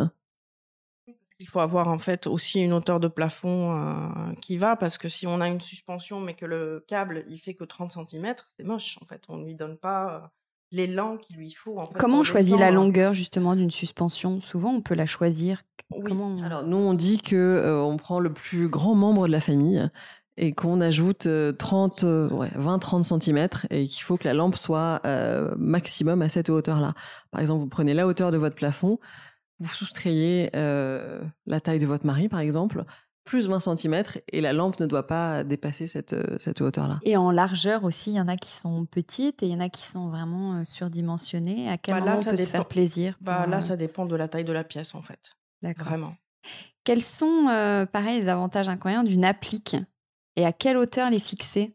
Il faut avoir en fait aussi une hauteur de plafond euh, qui va, parce que si on a une suspension mais que le câble il fait que trente centimètres, c'est moche en fait. On ne lui donne pas euh, l'élan qu'il lui faut. En fait, Comment pour on choisit la descendre. longueur justement d'une suspension? Souvent, on peut la choisir. Oui. Comment on... Alors nous, on dit que euh, on prend le plus grand membre de la famille et qu'on ajoute euh, trente, euh, ouais, vingt trente centimètres et qu'il faut que la lampe soit euh, maximum à cette hauteur-là. Par exemple, vous prenez la hauteur de votre plafond, vous soustrayez euh, la taille de votre mari, par exemple, plus vingt centimètres et la lampe ne doit pas dépasser cette, euh, cette hauteur-là. Et en largeur aussi, il y en a qui sont petites et il y en a qui sont vraiment euh, surdimensionnées. À quel Bah, moment là, on ça peut se dépend. faire plaisir pour, Bah, là, euh, ça dépend de la taille de la pièce en fait. D'accord. Vraiment. Quels sont, euh, pareil, les avantages inconvénients d'une applique et à quelle hauteur les fixer?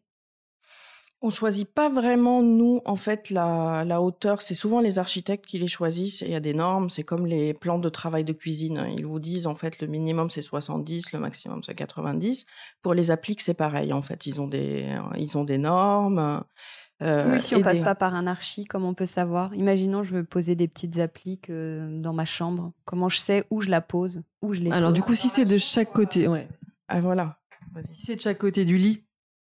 On choisit pas vraiment, nous, en fait, la, la hauteur. C'est souvent les architectes qui les choisissent. Et il y a des normes. C'est comme les plans de travail de cuisine. Ils vous disent, en fait, le minimum, c'est soixante-dix, le maximum, c'est quatre-vingt-dix. Pour les appliques, c'est pareil. En fait, ils ont des, ils ont des normes. Euh, Oui, si on et passe des- pas par un archi, comment on peut savoir? Imaginons, je veux poser des petites appliques euh, dans ma chambre. Comment je sais où je la pose, où je les Alors pose? du coup, si c'est de chaque côté, ouais, Ah, voilà. Vas-y. si c'est de chaque côté du lit,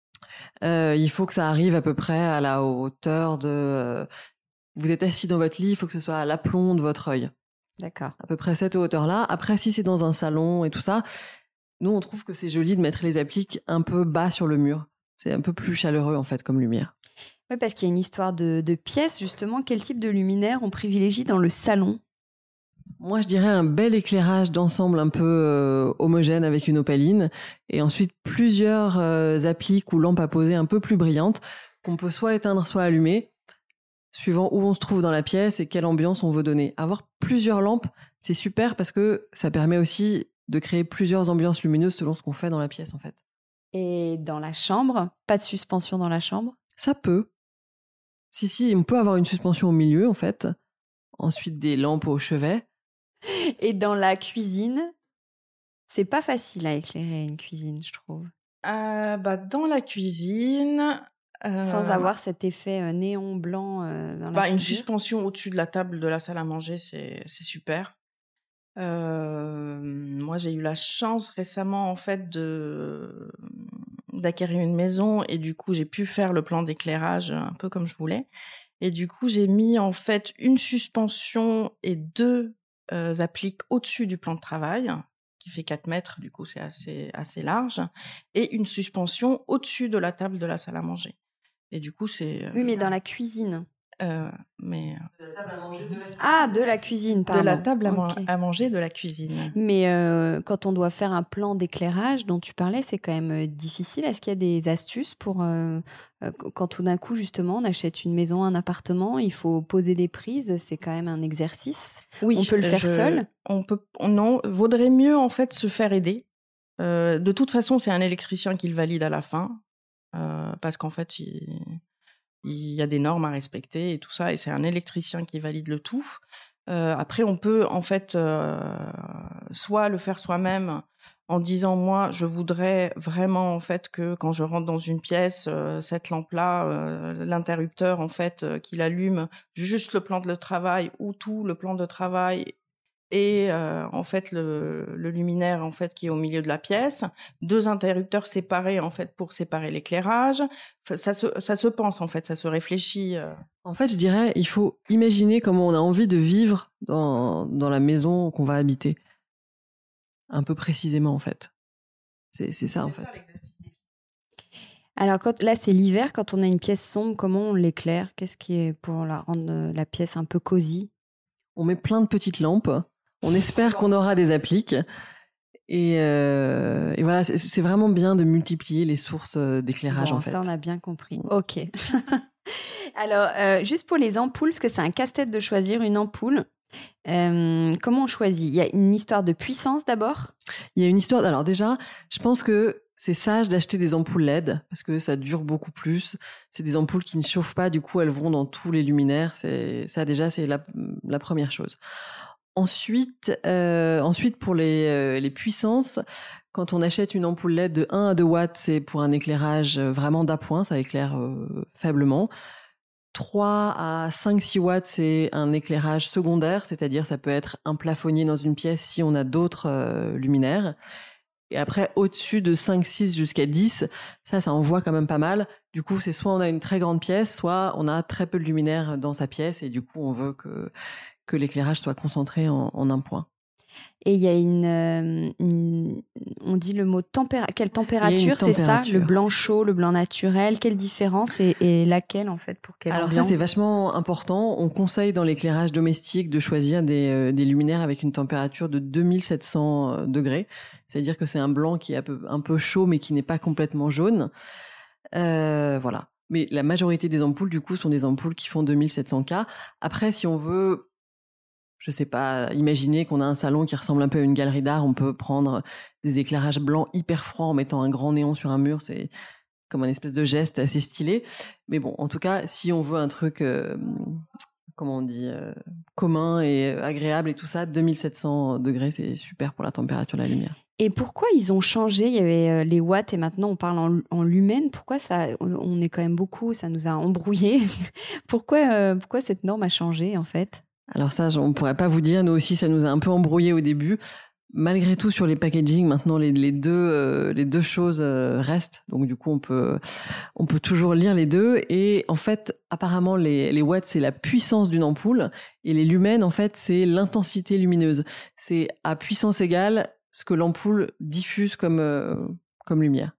euh, il faut que ça arrive à peu près à la hauteur de... euh, vous êtes assis dans votre lit, il faut que ce soit à l'aplomb de votre œil. D'accord. À peu près cette hauteur-là. Après, si c'est dans un salon et tout ça, nous, on trouve que c'est joli de mettre les appliques un peu bas sur le mur. C'est un peu plus chaleureux, en fait, comme lumière. Oui, parce qu'il y a une histoire de, de pièces, justement. Quel type de luminaire on privilégie dans le salon? Moi, je dirais un bel éclairage d'ensemble un peu euh, homogène avec une opaline. Et ensuite, plusieurs euh, appliques ou lampes à poser un peu plus brillantes qu'on peut soit éteindre, soit allumer, suivant où on se trouve dans la pièce et quelle ambiance on veut donner. Avoir plusieurs lampes, c'est super parce que ça permet aussi de créer plusieurs ambiances lumineuses selon ce qu'on fait dans la pièce, en fait. Et dans la chambre, pas de suspension dans la chambre? Ça peut. Si, si, on peut avoir une suspension au milieu, en fait. Ensuite, des lampes au chevet. Et dans la cuisine, c'est pas facile à éclairer une cuisine, je trouve. Euh, bah, dans la cuisine. euh, Sans avoir cet effet euh, néon blanc euh, dans la Bah, une figure. suspension au-dessus de la table de la salle à manger, c'est c'est super. Euh, moi, j'ai eu la chance récemment, en fait, de d'acquérir une maison et du coup, j'ai pu faire le plan d'éclairage un peu comme je voulais. Et du coup, j'ai mis en fait une suspension et deux euh, appliques au-dessus du plan de travail, qui fait quatre mètres, du coup, c'est assez assez large, et une suspension au-dessus de la table de la salle à manger. Et du coup, c'est. Oui, mais dans la cuisine. Euh, mais De la table à manger, de la cuisine. Ah, de la cuisine, pardon. de la table à, man- Ok. à manger de la cuisine. Mais euh, quand on doit faire un plan d'éclairage dont tu parlais, c'est quand même euh, difficile. Est-ce qu'il y a des astuces pour euh, euh, quand tout d'un coup, justement, on achète une maison, un appartement, il faut poser des prises, c'est quand même un exercice. Oui, On peut le faire je- seul? On peut, on- non, vaudrait mieux en fait se faire aider. Euh, de toute façon, c'est un électricien qui le valide à la fin, euh, parce qu'en fait, il, il y a des normes à respecter et tout ça, et c'est un électricien qui valide le tout. Euh, après, on peut en fait euh, soit le faire soi-même en disant moi je voudrais vraiment en fait que quand je rentre dans une pièce, euh, cette lampe-là, euh, l'interrupteur en fait euh, qu'il allume juste le plan de travail ou tout le plan de travail et euh, en fait le, le luminaire en fait qui est au milieu de la pièce, deux interrupteurs séparés en fait pour séparer l'éclairage. Ça se, ça se pense en fait, ça se réfléchit. Euh. En fait, je dirais, il faut imaginer comment on a envie de vivre dans, dans la maison qu'on va habiter. Un peu précisément en fait. C'est, c'est ça c'est en fait. Ça, alors quand, là c'est l'hiver, quand on a une pièce sombre, comment on l'éclaire? Qu'est-ce qui est pour la rendre la pièce un peu cosy? On met plein de petites lampes. On espère qu'on aura des appliques. Et, euh, et voilà, c'est, c'est vraiment bien de multiplier les sources d'éclairage bon, en fait. Ça, on a bien compris. Ok. Alors, euh, juste pour les ampoules, parce que c'est un casse-tête de choisir une ampoule. Euh, comment on choisit? Il y a une histoire de puissance d'abord? Il y a une histoire... Alors déjà, je pense que c'est sage d'acheter des ampoules L E D parce que ça dure beaucoup plus. C'est des ampoules qui ne chauffent pas, du coup elles vont dans tous les luminaires. C'est, ça déjà, c'est la, la première chose. Ensuite, euh, ensuite pour les, euh, les puissances, quand on achète une ampoule L E D de un à deux watts, c'est pour un éclairage vraiment d'appoint, ça éclaire euh, faiblement. trois à cinq six watts, c'est un éclairage secondaire, c'est-à-dire ça peut être un plafonnier dans une pièce si on a d'autres euh, luminaires. Et après, au-dessus de cinq six jusqu'à dix, ça, ça envoie quand même pas mal. Du coup, c'est soit on a une très grande pièce, soit on a très peu de luminaire dans sa pièce et du coup, on veut que, que l'éclairage soit concentré en, en un point. Et il y a une, euh, une... On dit le mot température. Quelle température, température, c'est ça? Le blanc chaud, le blanc naturel. Quelle différence et, et laquelle, en fait, pour quelle Alors ambiance? ça, c'est vachement important. On conseille dans l'éclairage domestique de choisir des, euh, des luminaires avec une température de deux mille sept cents degrés. C'est-à-dire que c'est un blanc qui est un peu, un peu chaud, mais qui n'est pas complètement jaune. Euh, voilà. Mais la majorité des ampoules, du coup, sont des ampoules qui font deux mille sept cents K. Après, si on veut... Je sais pas, imaginer qu'on a un salon qui ressemble un peu à une galerie d'art, on peut prendre des éclairages blancs hyper froids en mettant un grand néon sur un mur, c'est comme un espèce de geste assez stylé. Mais bon, en tout cas, si on veut un truc, euh, comment on dit, euh, commun et agréable et tout ça, deux mille sept cents degrés, c'est super pour la température de la lumière. Et pourquoi ils ont changé? Il y avait les watts et maintenant on parle en, en lumens. Pourquoi ça? On est quand même beaucoup, ça nous a embrouillés. pourquoi, euh, pourquoi cette norme a changé en fait? Alors ça, on ne pourrait pas vous dire. Nous aussi, ça nous a un peu embrouillé au début. Malgré tout, sur les packaging, maintenant, les, les, deux, euh, les deux choses euh, restent. Donc, du coup, on peut, on peut toujours lire les deux. Et en fait, apparemment, les, les watts, c'est la puissance d'une ampoule. Et les lumens, en fait, c'est l'intensité lumineuse. C'est à puissance égale ce que l'ampoule diffuse comme, euh, comme lumière.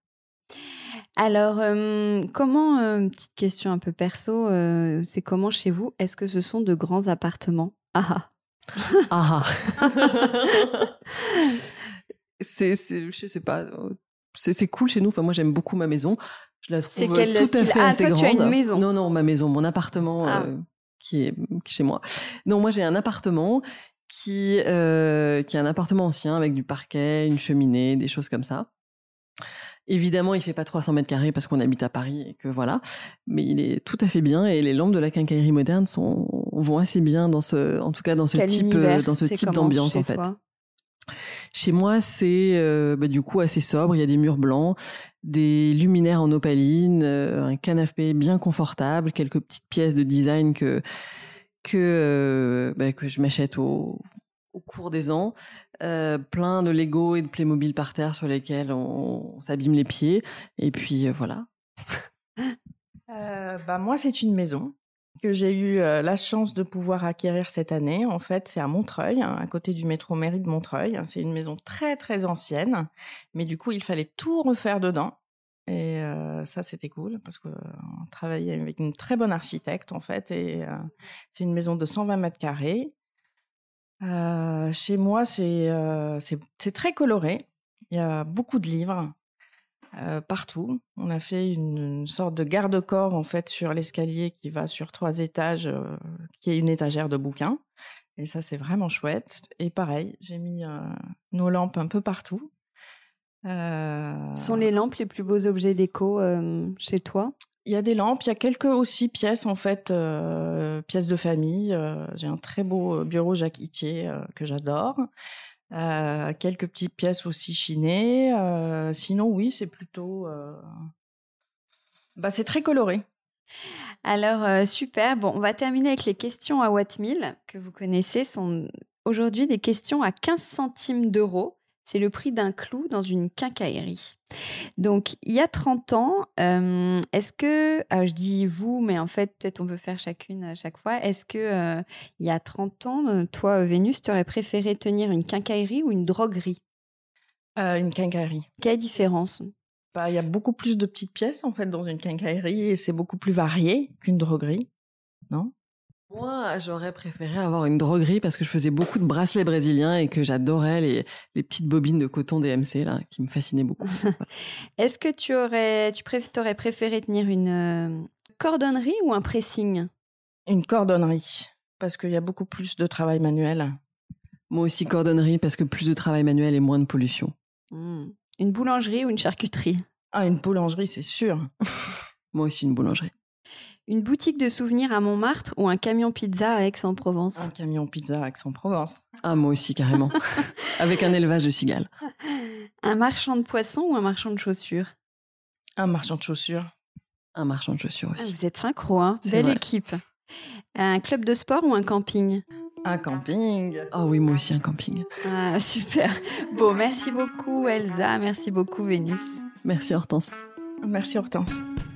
Alors, euh, comment, euh, petite question un peu perso, euh, c'est comment chez vous? Est-ce que ce sont de grands appartements? Ah ah ah c'est, c'est, je sais pas, c'est, c'est cool chez nous. Enfin, moi, j'aime beaucoup ma maison. Je la trouve c'est quel tout style? à fait ah, assez toi, grande. Tu as une maison? Non, non, ma maison, mon appartement ah. euh, qui, est, qui est chez moi. Non, moi, j'ai un appartement qui, euh, qui est un appartement ancien avec du parquet, une cheminée, des choses comme ça. Évidemment, il fait pas trois cents mètres carrés parce qu'on habite à Paris et que voilà, mais il est tout à fait bien et les lampes de la quincaillerie moderne sont, vont assez bien dans ce, en tout cas dans ce Quel type, univers, dans ce type d'ambiance en fait. Toi Chez moi, c'est euh, bah, du coup assez sobre. Il y a des murs blancs, des luminaires en opaline, euh, un canapé bien confortable, quelques petites pièces de design que que euh, bah, que je m'achète au au cours des ans, euh, plein de Lego et de Playmobil par terre sur lesquels on, on s'abîme les pieds. Et puis euh, voilà. euh, bah, moi, c'est une maison que j'ai eu euh, la chance de pouvoir acquérir cette année. En fait, c'est à Montreuil, hein, à côté du métro Mairie de Montreuil. C'est une maison très, très ancienne. Mais du coup, il fallait tout refaire dedans. Et euh, ça, c'était cool parce qu'on travaillait avec une très bonne architecte, en fait. Et euh, c'est une maison de cent vingt mètres carrés. Euh, chez moi, c'est, euh, c'est, c'est très coloré. Il y a beaucoup de livres euh, partout. On a fait une, une sorte de garde-corps en fait sur l'escalier qui va sur trois étages, euh, qui est une étagère de bouquins. Et ça, c'est vraiment chouette. Et pareil, j'ai mis euh, nos lampes un peu partout. Euh... Sont les lampes les plus beaux objets déco euh, chez toi? Il y a des lampes, il y a quelques aussi pièces en fait, euh, pièces de famille. Euh, j'ai un très beau bureau Jacques Itier euh, que j'adore. Euh, quelques petites pièces aussi chinées. Euh, sinon, oui, c'est plutôt... Euh... Bah, c'est très coloré. Alors, euh, super. Bon, on va terminer avec les questions à Watt mille, que vous connaissez, sont aujourd'hui des questions à quinze centimes d'euros. C'est le prix d'un clou dans une quincaillerie. Donc, il y a trente ans, euh, est-ce que, alors je dis vous, mais en fait, peut-être on peut faire chacune à chaque fois. Est-ce que, euh, il y a trente ans, toi, Vénus, tu aurais préféré tenir une quincaillerie ou une droguerie? euh, Une quincaillerie. Quelle différence? Bah, il y a beaucoup plus de petites pièces, en fait, dans une quincaillerie, et c'est beaucoup plus varié qu'une droguerie, non? Moi, j'aurais préféré avoir une droguerie parce que je faisais beaucoup de bracelets brésiliens et que j'adorais les, les petites bobines de coton D M C, là, qui me fascinaient beaucoup. Est-ce que tu aurais, tu préf- t'aurais préféré tenir une euh, cordonnerie ou un pressing? Une cordonnerie, parce qu'il y a beaucoup plus de travail manuel. Moi aussi, cordonnerie parce que plus de travail manuel et moins de pollution. Mmh. Une boulangerie ou une charcuterie? Ah, une boulangerie, c'est sûr. Moi aussi, une boulangerie. Une boutique de souvenirs à Montmartre ou un camion pizza à Aix-en-Provence? Un camion pizza à Aix-en-Provence. Ah, moi aussi, carrément. Avec un élevage de cigales. Un marchand de poissons ou un marchand de chaussures? Un marchand de chaussures. Un marchand de chaussures Ah, aussi. vous êtes synchro, hein? C'est Belle vrai. équipe. Un club de sport ou un camping? Un camping. Ah oui, moi aussi, un camping. Ah, super. Bon, merci beaucoup Elsa, merci beaucoup Vénus. Merci Hortense. Merci Hortense.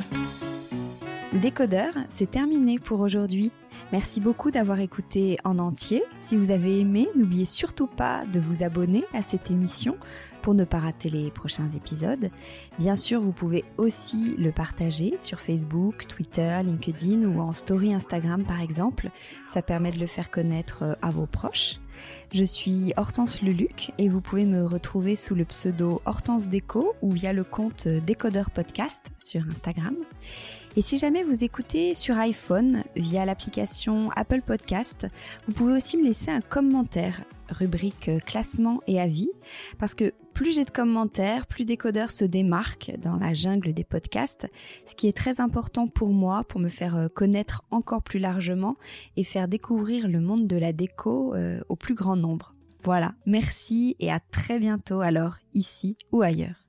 Décodeur, c'est terminé pour aujourd'hui. Merci beaucoup d'avoir écouté en entier. Si vous avez aimé, n'oubliez surtout pas de vous abonner à cette émission pour ne pas rater les prochains épisodes. Bien sûr, vous pouvez aussi le partager sur Facebook, Twitter, LinkedIn ou en story Instagram par exemple. Ça permet de le faire connaître à vos proches. Je suis Hortense Leluc et vous pouvez me retrouver sous le pseudo Hortense Déco ou via le compte Décodeur Podcast sur Instagram. Et si jamais vous écoutez sur iPhone via l'application Apple Podcast, vous pouvez aussi me laisser un commentaire, rubrique classement et avis, parce que plus j'ai de commentaires, plus Décodeur se démarque dans la jungle des podcasts, ce qui est très important pour moi, pour me faire connaître encore plus largement et faire découvrir le monde de la déco euh, au plus grand nombre. Voilà, merci et à très bientôt alors, ici ou ailleurs.